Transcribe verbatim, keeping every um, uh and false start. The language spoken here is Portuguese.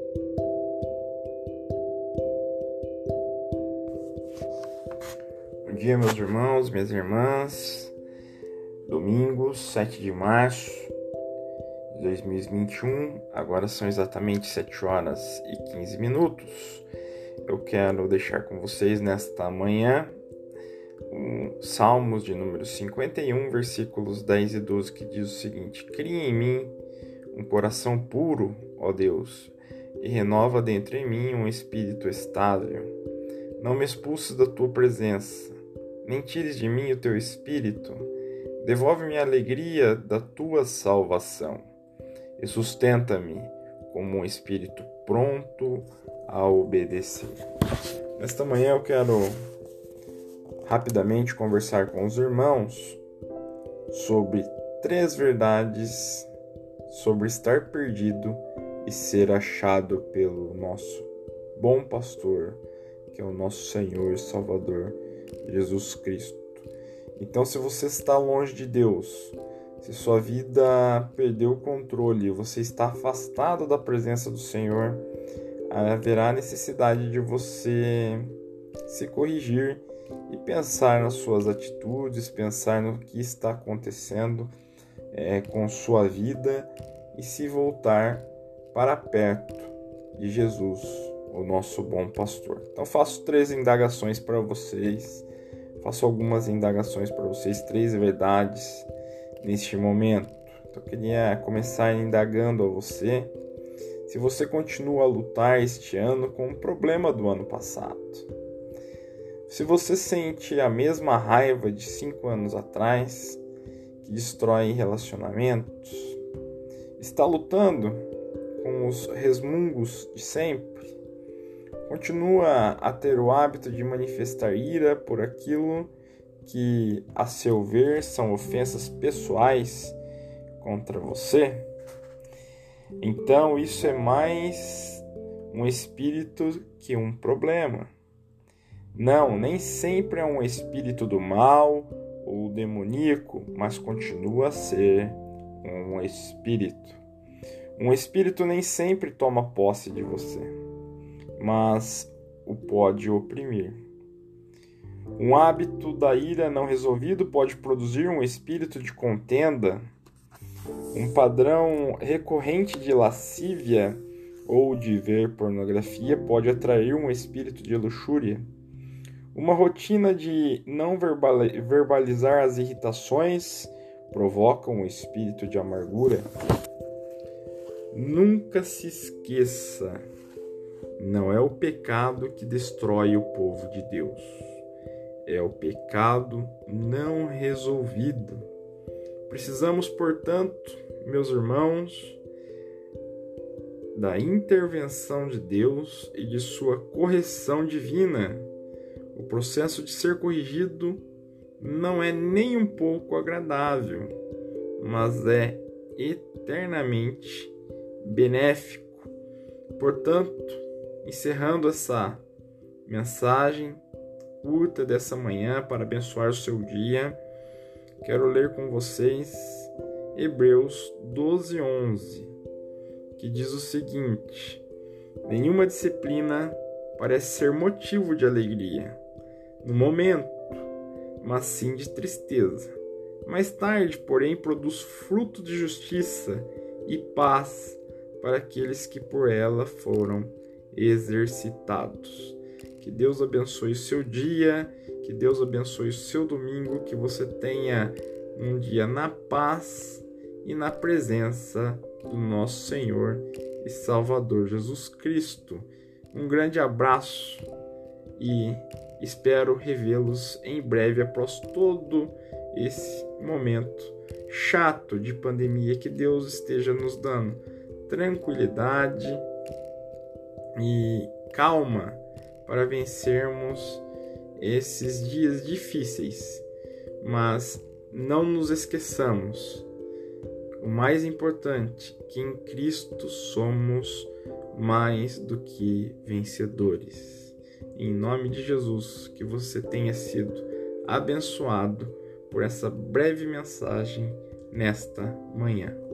Bom dia, meus irmãos, minhas irmãs. Domingo, sete de março de dois mil e vinte e um. Agora são exatamente sete horas e quinze minutos. Eu quero deixar com vocês nesta manhã um Salmos de número cinquenta e um, versículos dez e doze, que diz o seguinte: Cria em mim um coração puro, ó Deus, e renova dentro em mim um espírito estável. Não me expulses da tua presença, nem tires de mim o teu espírito. Devolve-me a alegria da tua salvação e sustenta-me como um espírito pronto a obedecer. Nesta manhã eu quero rapidamente conversar com os irmãos sobre três verdades sobre estar perdido e ser achado pelo nosso bom pastor, que é o nosso Senhor e Salvador Jesus Cristo. Então, se você está longe de Deus, se sua vida perdeu o controle, você está afastado da presença do Senhor, haverá necessidade de você se corrigir e pensar nas suas atitudes, pensar no que está acontecendo é, com sua vida e se voltar para perto de Jesus, o nosso bom pastor. Então, faço três indagações para vocês, faço algumas indagações para vocês, três verdades neste momento. Então, eu queria começar indagando a você se você continua a lutar este ano com o problema do ano passado. Se você sente a mesma raiva de cinco anos atrás, que destrói relacionamentos, está lutando com os resmungos de sempre, continua a ter o hábito de manifestar ira por aquilo que, a seu ver, são ofensas pessoais contra você, então isso é mais um espírito que um problema. Não, nem sempre é um espírito do mal ou demoníaco, mas continua a ser um espírito. Um espírito nem sempre toma posse de você, mas o pode oprimir. Um hábito da ira não resolvido pode produzir um espírito de contenda. Um padrão recorrente de lascívia ou de ver pornografia pode atrair um espírito de luxúria. Uma rotina de não verbalizar as irritações provoca um espírito de amargura. Nunca se esqueça, não é o pecado que destrói o povo de Deus, é o pecado não resolvido. Precisamos, portanto, meus irmãos, da intervenção de Deus e de sua correção divina. O processo de ser corrigido não é nem um pouco agradável, mas é eternamente benéfico. Portanto, encerrando essa mensagem curta dessa manhã para abençoar o seu dia, quero ler com vocês Hebreus doze, onze, que diz o seguinte: nenhuma disciplina parece ser motivo de alegria no momento, mas sim de tristeza. Mais tarde, porém, produz fruto de justiça e paz para aqueles que por ela foram exercitados. Que Deus abençoe o seu dia, que Deus abençoe o seu domingo, que você tenha um dia na paz e na presença do nosso Senhor e Salvador Jesus Cristo. Um grande abraço e espero revê-los em breve após todo esse momento chato de pandemia. Que Deus esteja nos dando tranquilidade e calma para vencermos esses dias difíceis. Mas não nos esqueçamos, o mais importante, que em Cristo somos mais do que vencedores. Em nome de Jesus, que você tenha sido abençoado por essa breve mensagem nesta manhã.